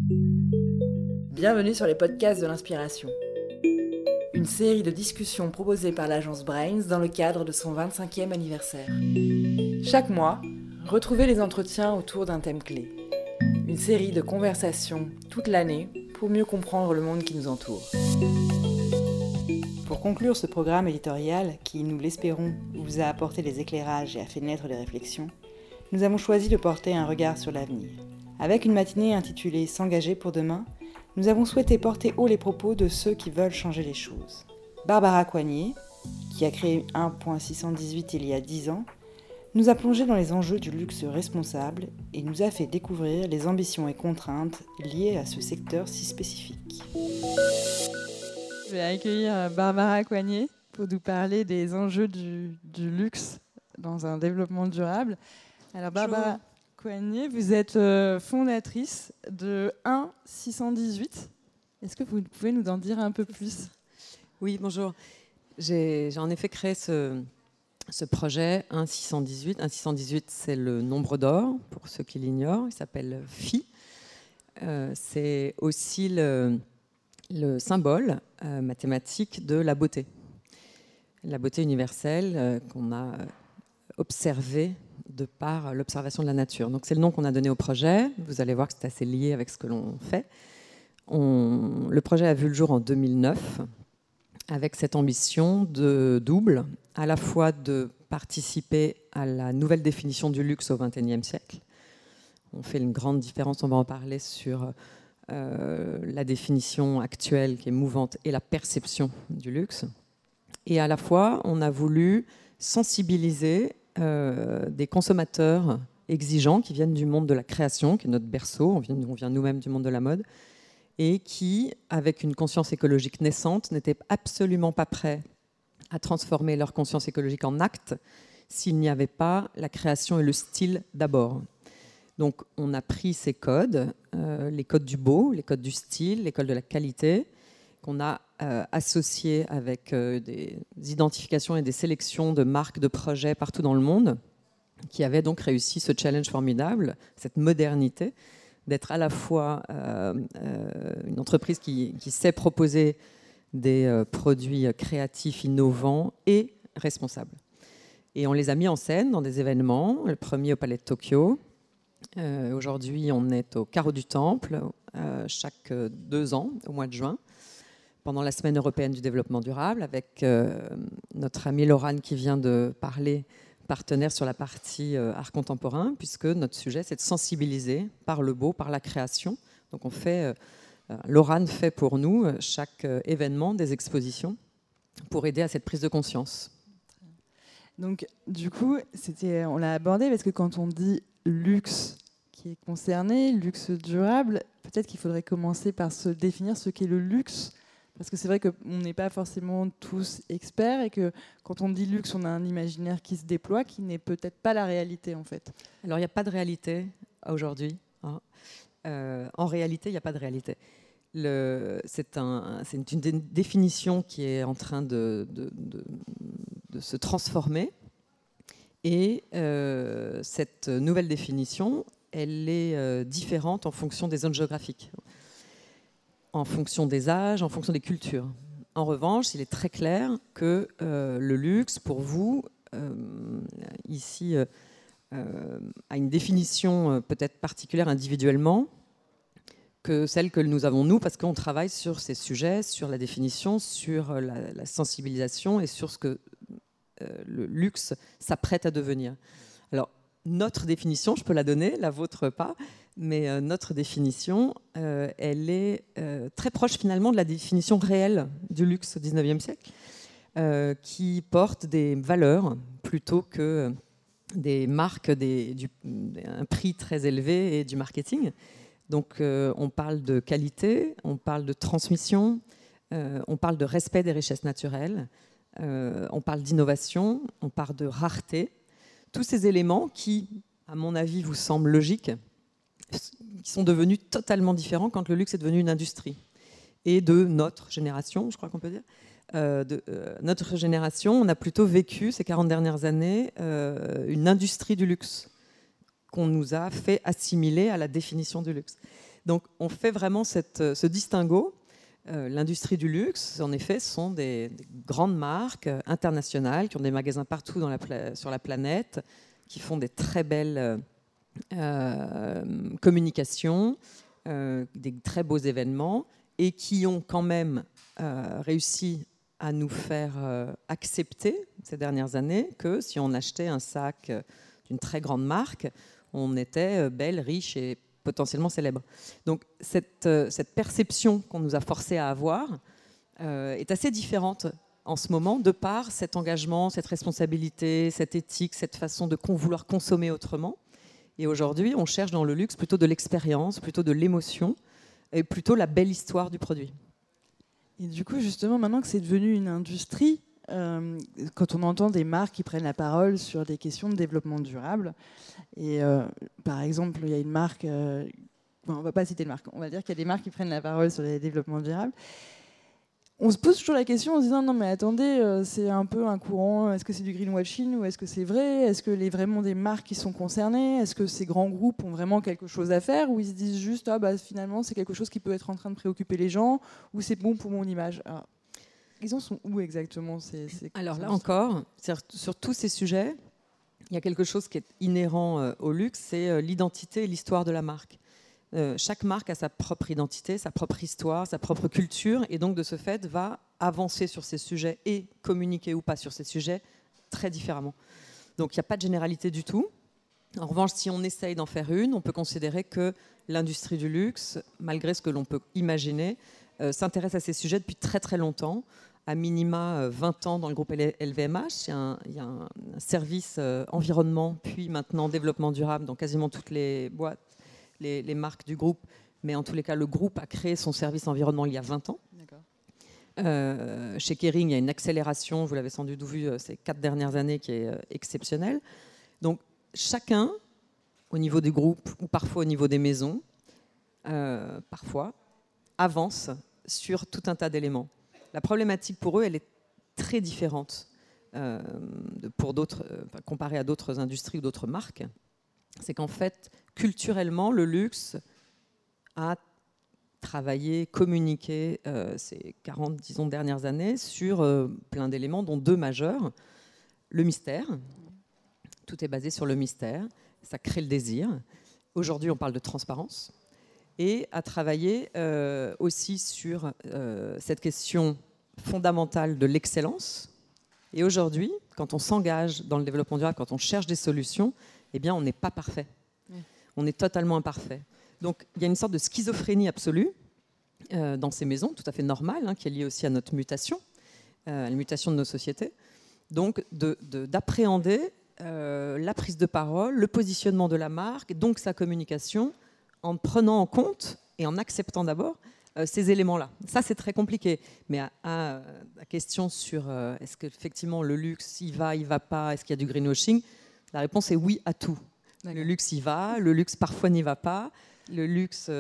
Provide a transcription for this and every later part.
Bienvenue sur les podcasts de l'inspiration. Une série de discussions proposées par l'agence Brains dans le cadre de son 25e anniversaire. Chaque mois, retrouvez les entretiens autour d'un thème clé. Une série de conversations toute l'année pour mieux comprendre le monde qui nous entoure. Pour conclure ce programme éditorial qui, nous l'espérons, vous a apporté des éclairages et a fait naître des réflexions, nous avons choisi de porter un regard sur l'avenir. Avec une matinée intitulée « S'engager pour demain », nous avons souhaité porter haut les propos de ceux qui veulent changer les choses. Barbara Coignet, qui a créé 1.618 il y a 10 ans, nous a plongé dans les enjeux du luxe responsable et nous a fait découvrir les ambitions et contraintes liées à ce secteur si spécifique. Je vais accueillir Barbara Coignet pour nous parler des enjeux du luxe dans un développement durable. Alors Barbara Coignet, vous êtes fondatrice de 1.618. Est-ce que vous pouvez nous en dire un peu plus ? Oui, bonjour. J'ai en effet créé ce projet 1.618. 1.618, c'est le nombre d'or, pour ceux qui l'ignorent. Il s'appelle Phi. C'est aussi le symbole mathématique de la beauté. La beauté universelle qu'on a observée de par l'observation de la nature. Donc c'est le nom qu'on a donné au projet. Vous allez voir que c'est assez lié avec ce que l'on fait. Le projet a vu le jour en 2009 avec cette ambition de double, à la fois de participer à la nouvelle définition du luxe au XXIe siècle. On fait une grande différence, on va en parler, sur la définition actuelle qui est mouvante et la perception du luxe. Et à la fois, on a voulu sensibiliser des consommateurs exigeants qui viennent du monde de la création, qui est notre berceau, on vient nous-mêmes du monde de la mode, et qui, avec une conscience écologique naissante, n'étaient absolument pas prêts à transformer leur conscience écologique en acte s'il n'y avait pas la création et le style d'abord. Donc on a pris ces codes, les codes du beau, les codes du style, les codes de la qualité, qu'on a associés avec des identifications et des sélections de marques, de projets partout dans le monde, qui avaient donc réussi ce challenge formidable, cette modernité, d'être à la fois une entreprise qui sait proposer des produits créatifs, innovants et responsables. Et on les a mis en scène dans des événements, le premier au Palais de Tokyo. Aujourd'hui, on est au Carreau du Temple, chaque 2 ans, au mois de juin, pendant la Semaine européenne du développement durable, avec notre amie Laurane qui vient de parler, partenaire sur la partie art contemporain, puisque notre sujet, c'est de sensibiliser par le beau, par la création. Donc on fait, Laurane fait pour nous, chaque événement, des expositions pour aider à cette prise de conscience. Donc du coup, on l'a abordé parce que quand on dit luxe qui est concerné, luxe durable, peut-être qu'il faudrait commencer par se définir ce qu'est le luxe. Parce que c'est vrai qu'on n'est pas forcément tous experts et que quand on dit luxe, on a un imaginaire qui se déploie, qui n'est peut-être pas la réalité en fait. Alors il n'y a pas de réalité aujourd'hui. En réalité, il n'y a pas de réalité. C'est une définition qui est en train de se transformer. Et cette nouvelle définition, elle est différente en fonction des zones géographiques, en fonction des âges, en fonction des cultures. En revanche, il est très clair que le luxe, pour vous, ici, a une définition peut-être particulière individuellement que celle que nous avons, nous, parce qu'on travaille sur ces sujets, sur la définition, sur la sensibilisation et sur ce que le luxe s'apprête à devenir. Alors, notre définition, je peux la donner, la vôtre pas, mais notre définition, elle est très proche finalement de la définition réelle du luxe au XIXe siècle, qui porte des valeurs plutôt que des marques, un prix très élevé et du marketing. Donc on parle de qualité, on parle de transmission, on parle de respect des richesses naturelles, on parle d'innovation, on parle de rareté. Tous ces éléments qui, à mon avis, vous semblent logiques, qui sont devenus totalement différents quand le luxe est devenu une industrie. Et de notre génération, je crois qu'on peut dire, notre génération, on a plutôt vécu ces 40 dernières années une industrie du luxe qu'on nous a fait assimiler à la définition du luxe. Donc on fait vraiment ce distinguo. L'industrie du luxe, en effet, ce sont des grandes marques internationales qui ont des magasins partout sur la planète, qui font des très belles communications, des très beaux événements, et qui ont quand même réussi à nous faire accepter ces dernières années que si on achetait un sac d'une très grande marque, on était belle, riche et potentiellement célèbre. Donc cette perception qu'on nous a forcé à avoir est assez différente en ce moment, de par cet engagement, cette responsabilité, cette éthique, cette façon de vouloir consommer autrement. Et aujourd'hui, on cherche dans le luxe plutôt de l'expérience, plutôt de l'émotion, et plutôt la belle histoire du produit. Et du coup, justement, maintenant que c'est devenu une industrie, quand on entend des marques qui prennent la parole sur des questions de développement durable, et par exemple, il y a une marque, on ne va pas citer de marque, on va dire qu'il y a des marques qui prennent la parole sur les développements durables, on se pose toujours la question en se disant non mais attendez, c'est un peu un courant, est-ce que c'est du greenwashing ou est-ce que c'est vrai? Est-ce que les vraiment des marques qui sont concernées? Est-ce que ces grands groupes ont vraiment quelque chose à faire ou ils se disent juste ah bah finalement c'est quelque chose qui peut être en train de préoccuper les gens ou c'est bon pour mon image? Alors, ils en sont où exactement Alors là encore, sur tous ces sujets, il y a quelque chose qui est inhérent au luxe, c'est l'identité et l'histoire de la marque. Chaque marque a sa propre identité, sa propre histoire, sa propre culture, et donc de ce fait va avancer sur ces sujets et communiquer ou pas sur ces sujets très différemment. Donc il n'y a pas de généralité du tout. En revanche, si on essaye d'en faire une, on peut considérer que l'industrie du luxe, malgré ce que l'on peut imaginer, s'intéresse à ces sujets depuis très très longtemps, à minima 20 ans dans le groupe LVMH. Il y a un service environnement, puis maintenant développement durable dans quasiment toutes les boîtes, les marques du groupe, mais en tous les cas, le groupe a créé son service environnement il y a 20 ans. Chez Kering, il y a une accélération, vous l'avez sans doute vu ces 4 dernières années, qui est exceptionnelle. Donc, chacun, au niveau du groupe ou parfois au niveau des maisons, parfois, avance sur tout un tas d'éléments. La problématique pour eux, elle est très différente comparée à d'autres industries ou d'autres marques. C'est qu'en fait, culturellement, le luxe a travaillé, communiqué ces 40, disons, dernières années sur plein d'éléments, dont 2 majeurs. Le mystère. Tout est basé sur le mystère. Ça crée le désir. Aujourd'hui, on parle de transparence. Et a travaillé aussi sur cette question fondamentale de l'excellence. Et aujourd'hui, quand on s'engage dans le développement durable, quand on cherche des solutions, eh bien, on n'est pas parfait. On est totalement imparfait. Donc, il y a une sorte de schizophrénie absolue dans ces maisons, tout à fait normale, qui est liée aussi à notre mutation, à la mutation de nos sociétés. Donc, d'appréhender la prise de parole, le positionnement de la marque, donc sa communication, en prenant en compte et en acceptant d'abord ces éléments-là. Ça, c'est très compliqué. Mais à la question sur est-ce qu'effectivement le luxe, il va pas, est-ce qu'il y a du greenwashing, la réponse est oui à tout. Le luxe y va, le luxe parfois n'y va pas. Le luxe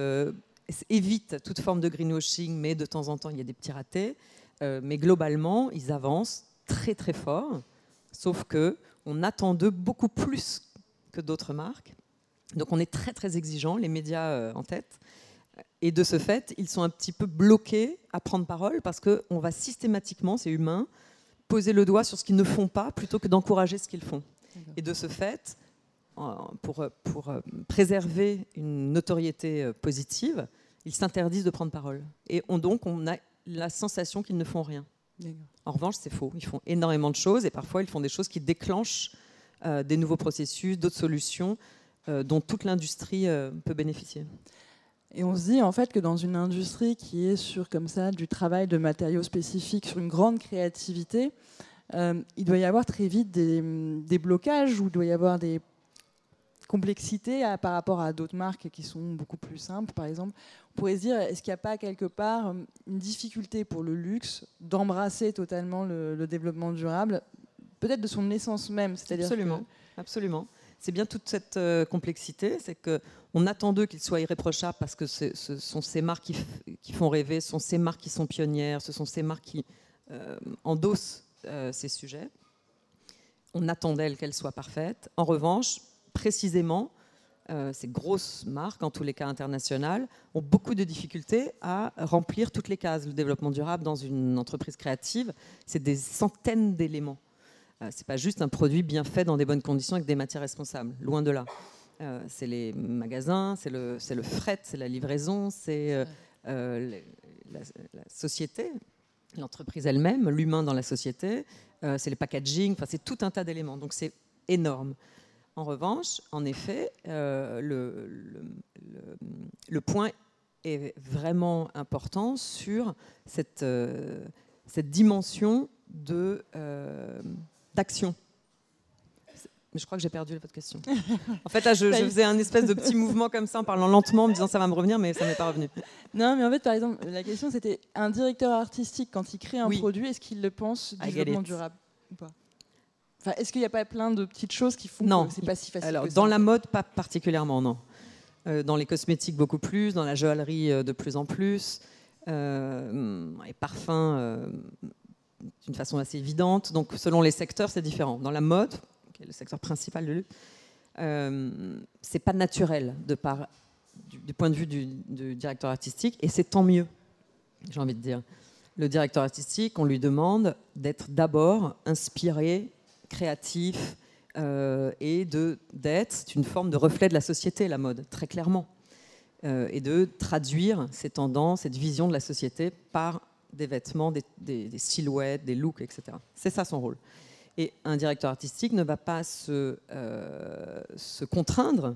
évite toute forme de greenwashing, mais de temps en temps, il y a des petits ratés. Mais globalement, ils avancent très très fort, sauf qu'on attend d'eux beaucoup plus que d'autres marques. Donc on est très très exigeant, les médias en tête. Et de ce fait, ils sont un petit peu bloqués à prendre parole parce qu'on va systématiquement, c'est humain, poser le doigt sur ce qu'ils ne font pas plutôt que d'encourager ce qu'ils font. Et de ce fait, pour préserver une notoriété positive, ils s'interdisent de prendre parole. Et donc, on a la sensation qu'ils ne font rien. En revanche, c'est faux. Ils font énormément de choses et parfois, ils font des choses qui déclenchent des nouveaux processus, d'autres solutions dont toute l'industrie peut bénéficier. Et on se dit en fait que dans une industrie qui est sur comme ça du travail de matériaux spécifiques, sur une grande créativité, il doit y avoir très vite des blocages ou il doit y avoir des complexités par rapport à d'autres marques qui sont beaucoup plus simples, par exemple. On pourrait se dire, est-ce qu'il n'y a pas quelque part une difficulté pour le luxe d'embrasser totalement le développement durable, peut-être de son essence même, c'est-à-dire Absolument, absolument. C'est bien toute cette complexité, c'est qu'on attend d'eux qu'ils soient irréprochables parce que ce sont ces marques qui font rêver, ce sont ces marques qui sont pionnières, ce sont ces marques qui endossent ces sujets. On attend d'elles qu'elles soient parfaites. En revanche, précisément, ces grosses marques, en tous les cas internationales, ont beaucoup de difficultés à remplir toutes les cases. Le développement durable dans une entreprise créative, c'est des centaines d'éléments. Ce n'est pas juste un produit bien fait dans des bonnes conditions avec des matières responsables, loin de là. C'est les magasins, c'est le fret, c'est la livraison, c'est la société, l'entreprise elle-même, l'humain dans la société, c'est le packaging, c'est tout un tas d'éléments. Donc c'est énorme. En revanche, en effet, le point est vraiment important sur cette dimension d'action. Mais je crois que j'ai perdu votre question. En fait, là, je faisais un espèce de petit mouvement comme ça, en parlant lentement, en me disant ça va me revenir, mais ça ne m'est pas revenu. Non, mais en fait, par exemple, la question, c'était un directeur artistique, quand il crée un produit, est-ce qu'il le pense développement durable ou pas? Enfin, est-ce qu'il n'y a pas plein de petites choses qui font que c'est pas si facile? Alors, dans la mode, pas particulièrement, non. Dans les cosmétiques, beaucoup plus. Dans la joaillerie, de plus en plus. Les parfums, d'une façon assez évidente. Donc, selon les secteurs, c'est différent. Dans la mode, qui est le secteur principal de luxe, c'est pas naturel du point de vue du directeur artistique, et c'est tant mieux, j'ai envie de dire. Le directeur artistique, on lui demande d'être d'abord inspiré, créatif, et c'est une forme de reflet de la société, la mode, très clairement, et de traduire ces tendances, cette vision de la société par des vêtements, des silhouettes, des looks, etc. C'est ça son rôle. Et un directeur artistique ne va pas se contraindre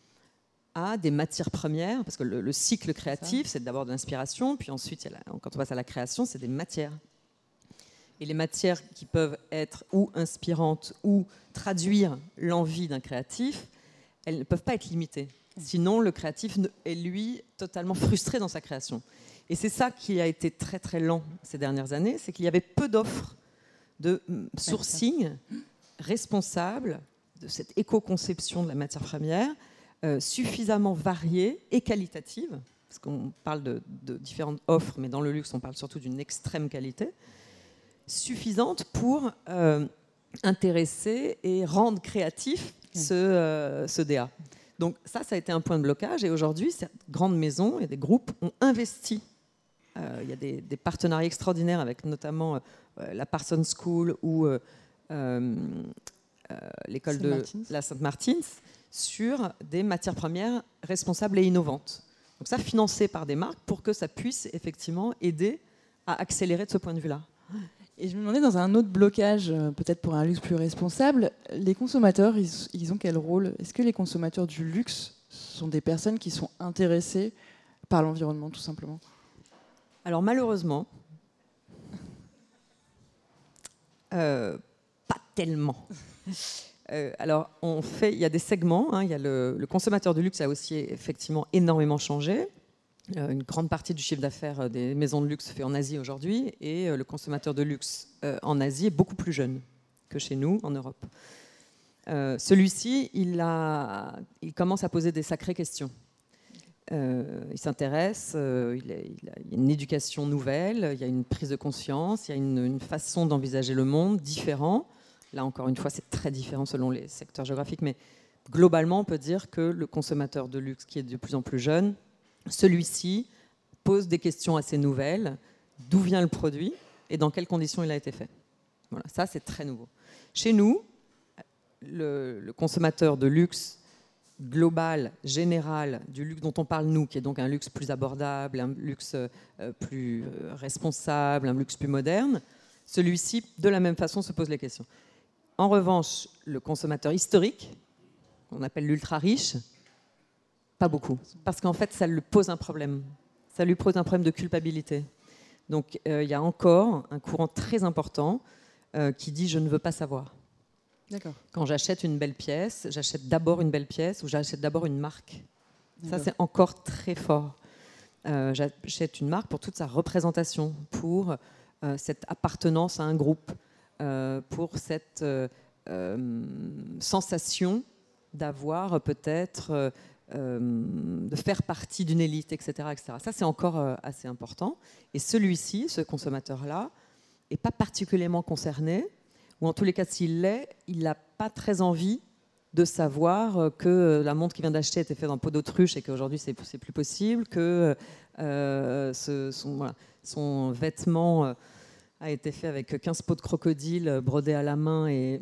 à des matières premières, parce que le cycle créatif, c'est d'abord de l'inspiration, puis ensuite, quand on passe à la création, c'est des matières. Et les matières qui peuvent être ou inspirantes ou traduire l'envie d'un créatif, elles ne peuvent pas être limitées. Sinon, le créatif est, lui, totalement frustré dans sa création. Et c'est ça qui a été très, très lent ces dernières années, c'est qu'il y avait peu d'offres de sourcing responsable de cette éco-conception de la matière première, suffisamment variée et qualitative, parce qu'on parle de différentes offres, mais dans le luxe, on parle surtout d'une extrême qualité, suffisante pour intéresser et rendre créatif ce DA. Donc ça a été un point de blocage, et aujourd'hui, ces grandes maisons et des groupes ont investi. Il y a des partenariats extraordinaires avec notamment la Parsons School ou l'école de la Saint-Martin's sur des matières premières responsables et innovantes. Donc ça, financé par des marques pour que ça puisse effectivement aider à accélérer de ce point de vue-là. Et je me demandais, dans un autre blocage, peut-être pour un luxe plus responsable, les consommateurs, ils ont quel rôle? Est-ce que les consommateurs du luxe sont des personnes qui sont intéressées par l'environnement, tout simplement? Alors malheureusement, pas tellement. Alors il y a des segments, il y a le consommateur du luxe a aussi effectivement énormément changé. Une grande partie du chiffre d'affaires des maisons de luxe se fait en Asie aujourd'hui, et le consommateur de luxe en Asie est beaucoup plus jeune que chez nous, en Europe. Celui-ci, il commence à poser des sacrées questions. Il s'intéresse, il y a une éducation nouvelle, il y a une prise de conscience, il y a une façon d'envisager le monde différent. Là, encore une fois, c'est très différent selon les secteurs géographiques, mais globalement, on peut dire que le consommateur de luxe qui est de plus en plus jeune, celui-ci pose des questions assez nouvelles. D'où vient le produit et dans quelles conditions il a été fait? Voilà, ça, c'est très nouveau. Chez nous, le consommateur de luxe global, général, du luxe dont on parle nous, qui est donc un luxe plus abordable, un luxe plus responsable, un luxe plus moderne, celui-ci, de la même façon, se pose les questions. En revanche, le consommateur historique, qu'on appelle l'ultra-riche, pas beaucoup. Parce qu'en fait, ça lui pose un problème. Ça lui pose un problème de culpabilité. Donc, il y a encore un courant très important qui dit « je ne veux pas savoir ». Quand j'achète une belle pièce, j'achète d'abord une belle pièce ou j'achète d'abord une marque. Ça, c'est encore très fort. J'achète une marque pour toute sa représentation, pour cette appartenance à un groupe, pour cette sensation d'avoir peut-être... de faire partie d'une élite, etc., etc. Ça, c'est encore assez important. Et celui-ci, ce consommateur-là, n'est pas particulièrement concerné, ou en tous les cas, s'il l'est, il n'a pas très envie de savoir que la montre qu'il vient d'acheter était faite en peau d'autruche et qu'aujourd'hui c'est plus possible, que son vêtement a été fait avec 15 peaux de crocodile brodées à la main et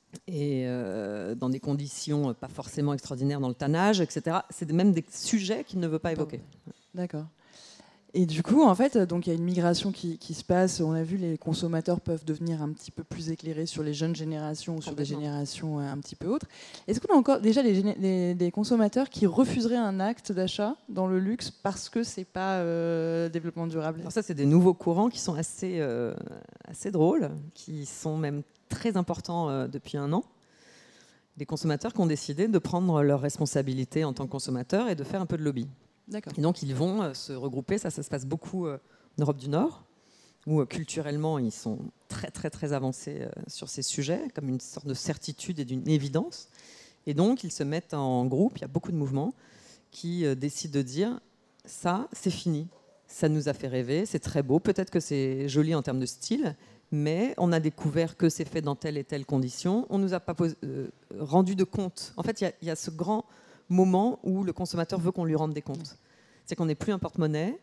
dans des conditions pas forcément extraordinaires dans le tannage, etc. C'est même des sujets qu'il ne veut pas évoquer. D'accord. Et du coup, en fait, donc il y a une migration qui se passe. On a vu, les consommateurs peuvent devenir un petit peu plus éclairés sur les jeunes générations ou sur des générations un petit peu autres. Est-ce qu'on a encore déjà des consommateurs qui refuseraient un acte d'achat dans le luxe parce que c'est pas développement durable? Alors ça, c'est des nouveaux courants qui sont assez drôles, qui sont même très importants depuis un an. Des consommateurs qui ont décidé de prendre leurs responsabilités en tant que consommateurs et de faire un peu de lobby. D'accord. Et donc, ils vont se regrouper. Ça se passe beaucoup en Europe du Nord, où culturellement, ils sont très, très, très avancés sur ces sujets, comme une sorte de certitude et d'une évidence. Et donc, ils se mettent en groupe. Il y a beaucoup de mouvements qui décident de dire « ça, c'est fini. Ça nous a fait rêver. C'est très beau. Peut-être que c'est joli en termes de style, mais on a découvert que c'est fait dans telle et telle condition. On ne nous a pas rendu de compte. » En fait, il y a ce grand moment où le consommateur veut qu'on lui rende des comptes. C'est qu'on n'est plus un porte-monnaie.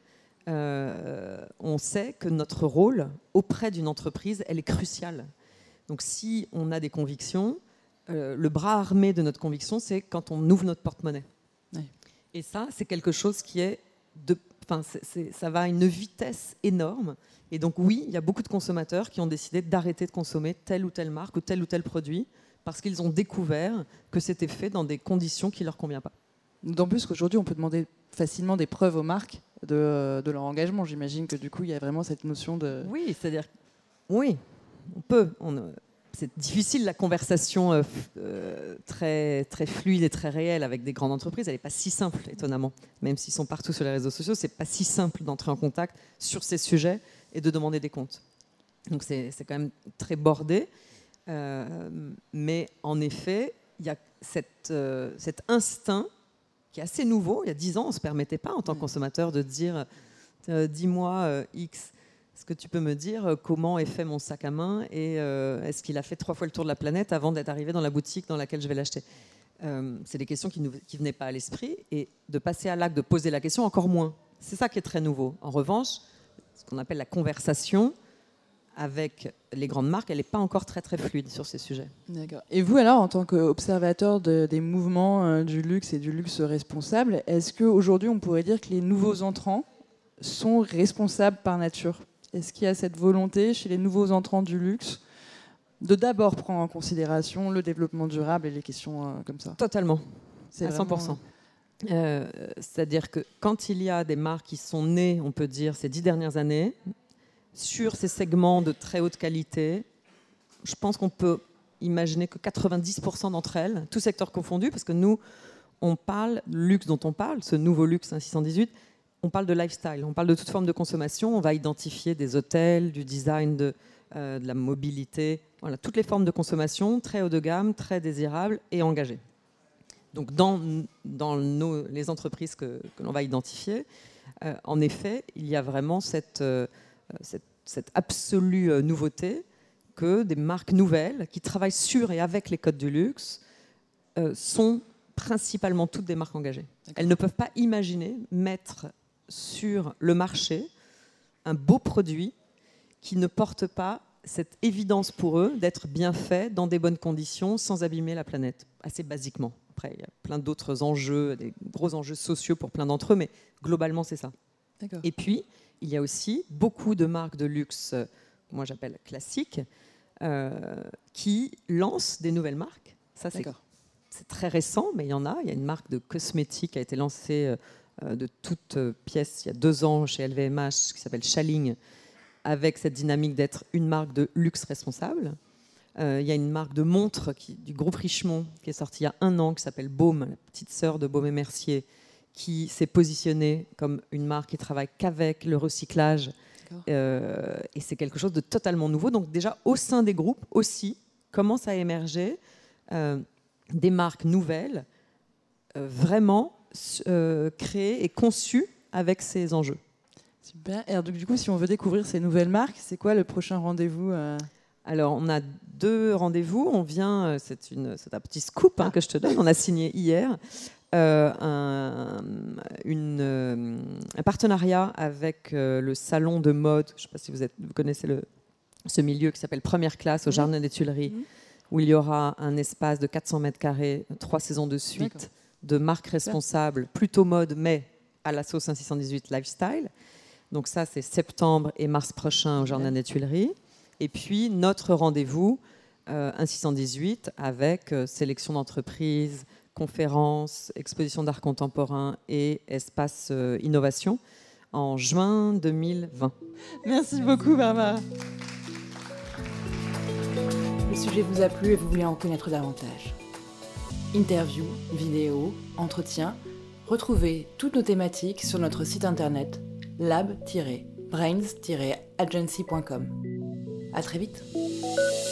On sait que notre rôle auprès d'une entreprise, elle est cruciale. Donc si on a des convictions, le bras armé de notre conviction, c'est quand on ouvre notre porte-monnaie. Oui. Et ça, c'est quelque chose qui est... ça va à une vitesse énorme. Et donc oui, il y a beaucoup de consommateurs qui ont décidé d'arrêter de consommer telle ou telle marque ou tel produit parce qu'ils ont découvert que c'était fait dans des conditions qui ne leur conviennent pas. D'autant plus qu'aujourd'hui, on peut demander facilement des preuves aux marques de leur engagement. J'imagine que du coup, il y a vraiment cette notion de... Oui, c'est-à-dire... Oui, on peut. C'est difficile, la conversation très, très fluide et très réelle avec des grandes entreprises. Elle n'est pas si simple, étonnamment. Même s'ils sont partout sur les réseaux sociaux, ce n'est pas si simple d'entrer en contact sur ces sujets et de demander des comptes. Donc c'est quand même très bordé. Mais en effet, il y a cet instinct qui est assez nouveau. Il y a 10 ans, on ne se permettait pas en tant que consommateur de dire dis-moi X, est-ce que tu peux me dire comment est fait mon sac à main et est-ce qu'il a fait 3 fois le tour de la planète avant d'être arrivé dans la boutique dans laquelle je vais l'acheter? C'est des questions qui ne venaient pas à l'esprit, et de passer à l'acte de poser la question, encore moins. C'est ça qui est très nouveau. En revanche, ce qu'on appelle la conversation avec les grandes marques, elle n'est pas encore très très fluide sur ces sujets. D'accord. Et vous alors, en tant qu'observateur des mouvements du luxe et du luxe responsable, est-ce qu'aujourd'hui on pourrait dire que les nouveaux entrants sont responsables par nature? Est-ce qu'il y a cette volonté chez les nouveaux entrants du luxe de d'abord prendre en considération le développement durable et les questions comme ça? Totalement, c'est à 100%. C'est-à-dire que quand il y a des marques qui sont nées, on peut dire, ces 10 dernières années, sur ces segments de très haute qualité, je pense qu'on peut imaginer que 90% d'entre elles, tout secteur confondu, parce que nous, on parle, le luxe dont on parle, ce nouveau luxe 618, on parle de lifestyle, on parle de toute forme de consommation, on va identifier des hôtels, du design, de la mobilité, voilà, toutes les formes de consommation, très haut de gamme, très désirables et engagées. Donc dans les entreprises que l'on va identifier, en effet, il y a vraiment cette absolue nouveauté que des marques nouvelles qui travaillent sur et avec les codes du luxe sont principalement toutes des marques engagées. Elles ne peuvent pas imaginer mettre sur le marché un beau produit qui ne porte pas cette évidence pour eux d'être bien fait dans des bonnes conditions sans abîmer la planète, assez basiquement. Après, il y a plein d'autres enjeux, des gros enjeux sociaux pour plein d'entre eux, mais globalement, c'est ça. D'accord. Et puis, il y a aussi beaucoup de marques de luxe, moi j'appelle classiques, qui lancent des nouvelles marques. Ça, c'est très récent, mais il y en a. Il y a une marque de cosmétiques qui a été lancée de toutes pièces il y a 2 ans chez LVMH, qui s'appelle Chaling, avec cette dynamique d'être une marque de luxe responsable. Il y a une marque de montres du groupe Richemont qui est sortie il y a 1 an, qui s'appelle Baume, la petite sœur de Baume et Mercier, qui s'est positionnée comme une marque qui travaille qu'avec le recyclage. Et c'est quelque chose de totalement nouveau. Donc déjà, au sein des groupes aussi, commencent à émerger des marques nouvelles, vraiment créées et conçues avec ces enjeux. Super. Et alors, du coup, si on veut découvrir ces nouvelles marques, c'est quoi le prochain rendez-vous Alors, on a 2 rendez-vous. On vient, c'est un petit scoop que je te donne. On a signé hier un partenariat avec le salon de mode. Je ne sais pas si vous connaissez ce milieu qui s'appelle Première Classe au Jardin des Tuileries, où il y aura un espace de 400 mètres carrés, 3 saisons de suite, de marques responsables, plutôt mode, mais à la sauce 1618 lifestyle. Donc ça, c'est septembre et mars prochain au Jardin des Tuileries. Et puis, notre rendez-vous, 1618, avec sélection d'entreprises, conférences, exposition d'art contemporain et espace innovation, en juin 2020. Merci beaucoup, Barbara. Le sujet vous a plu et vous voulez en connaître davantage. Interviews, vidéos, entretiens, retrouvez toutes nos thématiques sur notre site internet lab-brains-agency.com. À très vite.